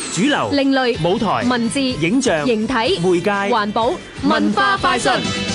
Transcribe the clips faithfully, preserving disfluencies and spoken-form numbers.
主流、 另類、 舞台、 文字、 影像、 形體、 媒介、 環保、文化快訊。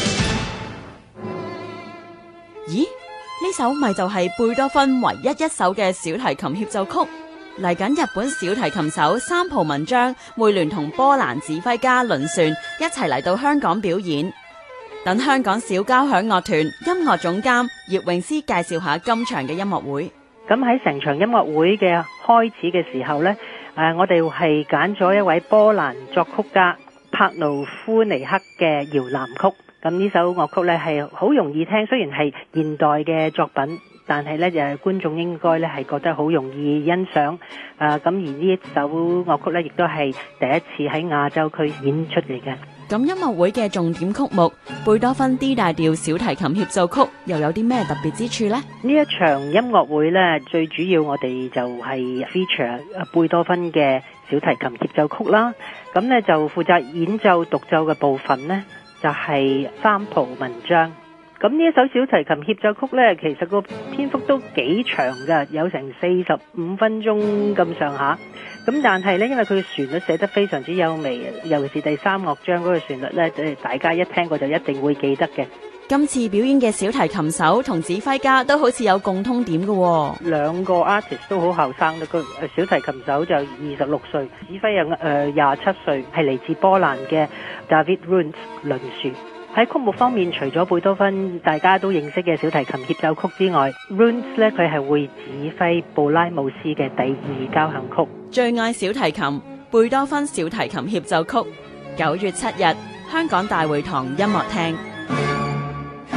咦？呢首咪就係貝多芬唯一一首嘅小提琴協奏曲。嚟緊日本小提琴手三浦文章會聯同波蘭指揮家輪旋一齊嚟到香港表演。等香港小交響樂團音樂總監葉詠詩介紹下今場嘅音樂會。 咁喺成場音樂會嘅開始嘅時候呢，誒，我哋係揀咗一位波蘭作曲家帕努夫尼克嘅搖籃曲。咁呢首樂曲呢係好容易聽，雖然係現代嘅作品，但係呢就係觀眾應該呢係覺得好容易欣賞。誒，咁而呢一首樂曲呢亦都係第一次喺亞洲區演出嚟嘅。 咁音樂會嘅重點曲目貝多芬 D 大調小提琴協奏曲又有啲咩特別之處呢？ 呢一場音樂會呢，最主要我哋就係 feature 貝多芬嘅小提琴協奏曲啦。咁呢就負責演奏獨奏嘅部分呢，就係三浦文章。咁呢一首小提琴協奏曲呢，其實個篇幅都幾長㗎，有成四十五分鐘咁上下。咁但係呢，因為佢嘅旋律寫得非常之優美，尤其是第三樂章嗰個旋律呢，大家一聽過就一定會記得嘅。 今次表演嘅小提琴手同指揮家都好似有共通點嘅喎。 兩個 artist 都好後生，個小提琴手就二十六歲，指揮又誒廿七歲，係嚟自波蘭嘅 David Runs 輪旋。喺曲目方面，除咗貝多芬大家都認識嘅小提琴協奏曲之外 Runs 咧佢係會指揮布拉姆斯嘅第二交響曲。 最愛小提琴，貝多芬小提琴協奏曲，九月七日，香港大會堂音樂廳。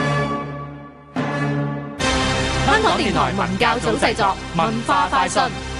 香港電台文教組製作，文化快訊。